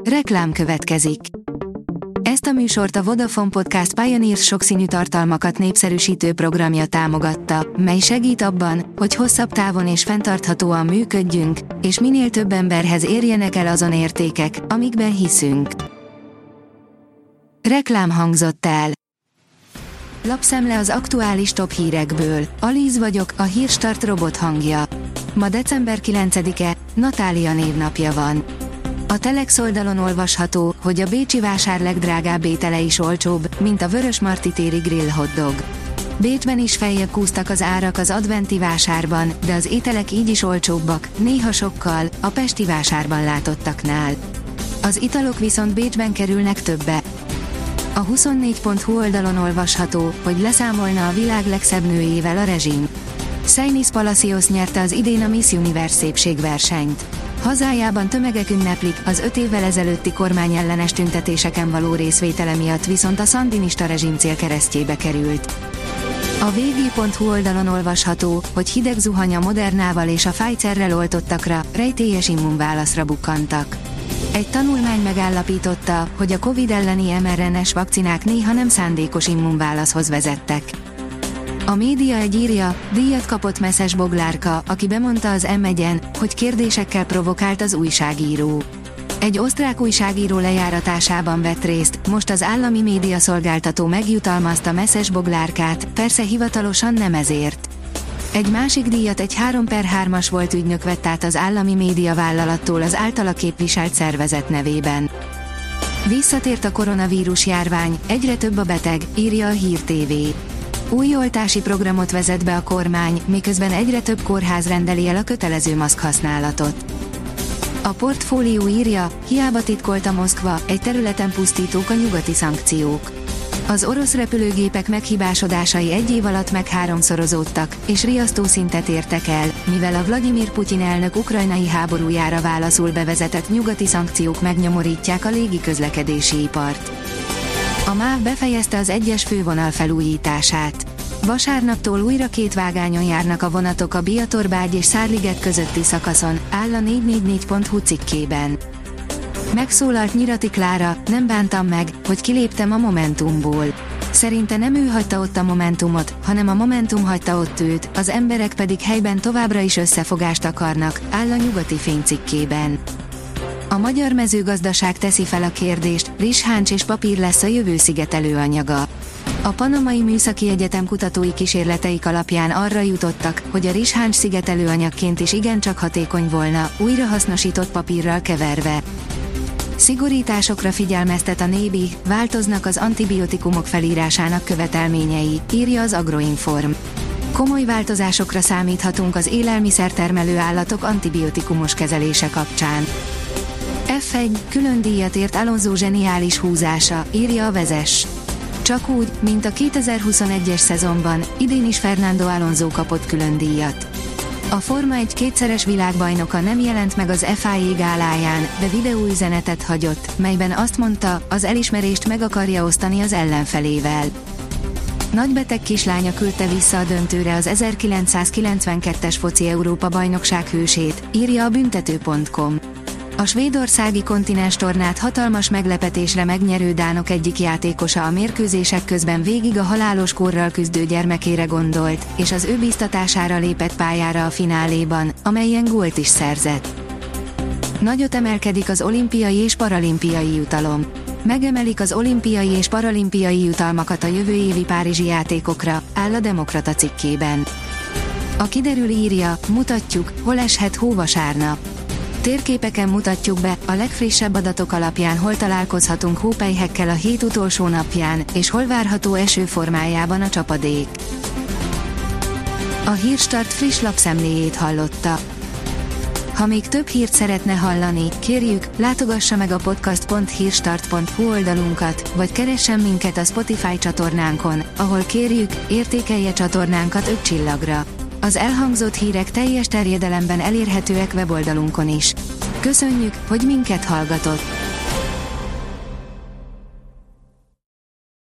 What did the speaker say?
Reklám következik. Ezt a műsort a Vodafone Podcast Pioneers sokszínű tartalmakat népszerűsítő programja támogatta, mely segít abban, hogy hosszabb távon és fenntarthatóan működjünk, és minél több emberhez érjenek el azon értékek, amikben hiszünk. Reklám hangzott el. Lapszemle az aktuális top hírekből. Alíz vagyok, a Hírstart robot hangja. Ma december 9-e, Natália névnapja van. A Telex oldalon olvasható, hogy a bécsi vásár legdrágább étele is olcsóbb, mint a Vörösmarty téri grill hotdog. Bécsben is feljebb kúztak az árak az adventi vásárban, de az ételek így is olcsóbbak, néha sokkal, a pesti vásárban látottaknál. Az italok viszont Bécsben kerülnek többe. A 24.hu oldalon olvasható, hogy leszámolna a világ legszebb nőjével a rezsim. Seinis Palacios nyerte az idén a Miss Universe szépségversenyt. Hazájában tömegek ünneplik, az 5 évvel ezelőtti kormányellenes tüntetéseken való részvétele miatt viszont a szandinista rezsim célkeresztjébe került. A vg.hu oldalon olvasható, hogy hideg zuhany a Modernával és a Pfizerrel oltottakra, rejtélyes immunválaszra bukkantak. Egy tanulmány megállapította, hogy a Covid elleni mRNA-s vakcinák néha nem szándékos immunválaszhoz vezettek. A Média egy írja, díjat kapott Meszes Boglárka, aki bemondta az M1-en, hogy kérdésekkel provokált az újságíró. Egy osztrák újságíró lejáratásában vett részt, most az állami médiaszolgáltató megjutalmazta Meszes Boglárkát, persze hivatalosan nem ezért. Egy másik díjat egy 3/3-as volt ügynök vett át az állami médiavállalattól az általa képviselt szervezet nevében. Visszatért a koronavírus járvány, egyre több a beteg, írja a Hír TV. Új oltási programot vezet be a kormány, miközben egyre több kórház rendeli el a kötelező maszk használatot. A Portfólió írja, hiába titkolta Moszkva, egy területen pusztítók a nyugati szankciók. Az orosz repülőgépek meghibásodásai egy év alatt meg-3-szorozódtak, és riasztó szintet értek el, mivel a Vladimir Putyin elnök ukrajnai háborújára válaszul bevezetett nyugati szankciók megnyomorítják a légiközlekedési ipart. A MÁV befejezte az 1-es fővonal felújítását. Vasárnaptól újra 2 vágányon járnak a vonatok a Biatorbágy és Szárliget közötti szakaszon, áll a 444.hu cikkében. Megszólalt Nyirati Klára, nem bántam meg, hogy kiléptem a Momentumból. Szerinte nem ő hagyta ott a Momentumot, hanem a Momentum hagyta ott őt, az emberek pedig helyben továbbra is összefogást akarnak, áll a Nyugati Fény cikkében. A magyar mezőgazdaság teszi fel a kérdést, rizsháncs és papír lesz a jövő szigetelő anyaga. A Panamai Műszaki Egyetem kutatói kísérleteik alapján arra jutottak, hogy a rizsháncs szigetelő anyagként is igencsak hatékony volna, újrahasznosított papírral keverve. Szigorításokra figyelmeztet a NÉBI, változnak az antibiotikumok felírásának követelményei, írja az Agroinform. Komoly változásokra számíthatunk az élelmiszertermelő állatok antibiotikumos kezelése kapcsán. F1 külön díjat ért Alonso zseniális húzása, írja a Vezess. Csak úgy, mint a 2021-es szezonban, idén is Fernando Alonso kapott külön díjat. A Forma 1 kétszeres világbajnoka nem jelent meg az FIA gáláján, de videóüzenetet hagyott, melyben azt mondta, az elismerést meg akarja osztani az ellenfelével. Nagybeteg kislánya küldte vissza a döntőre az 1992-es foci Európa-bajnokság hősét, írja a büntető.com. A svédországi kontinenstornát hatalmas meglepetésre megnyerő dánok egyik játékosa a mérkőzések közben végig a halálos kórral küzdő gyermekére gondolt, és az ő bíztatására lépett pályára a fináléban, amelyen gólt is szerzett. Nagyot emelkedik az olimpiai és paralimpiai jutalom. Megemelik az olimpiai és paralimpiai jutalmakat a jövő évi párizsi játékokra, áll a Demokrata cikkében. A Kiderül írja, mutatjuk, hol eshet hó vasárnap. Térképeken mutatjuk be, a legfrissebb adatok alapján hol találkozhatunk hópelyhekkel a hét utolsó napján, és hol várható eső formájában a csapadék. A Hírstart friss lapszemléjét hallotta. Ha még több hírt szeretne hallani, kérjük, látogassa meg a podcast.hírstart.hu oldalunkat, vagy keressen minket a Spotify csatornánkon, ahol kérjük, értékelje csatornánkat 5 csillagra. Az elhangzott hírek teljes terjedelemben elérhetőek weboldalunkon is. Köszönjük, hogy minket hallgatott!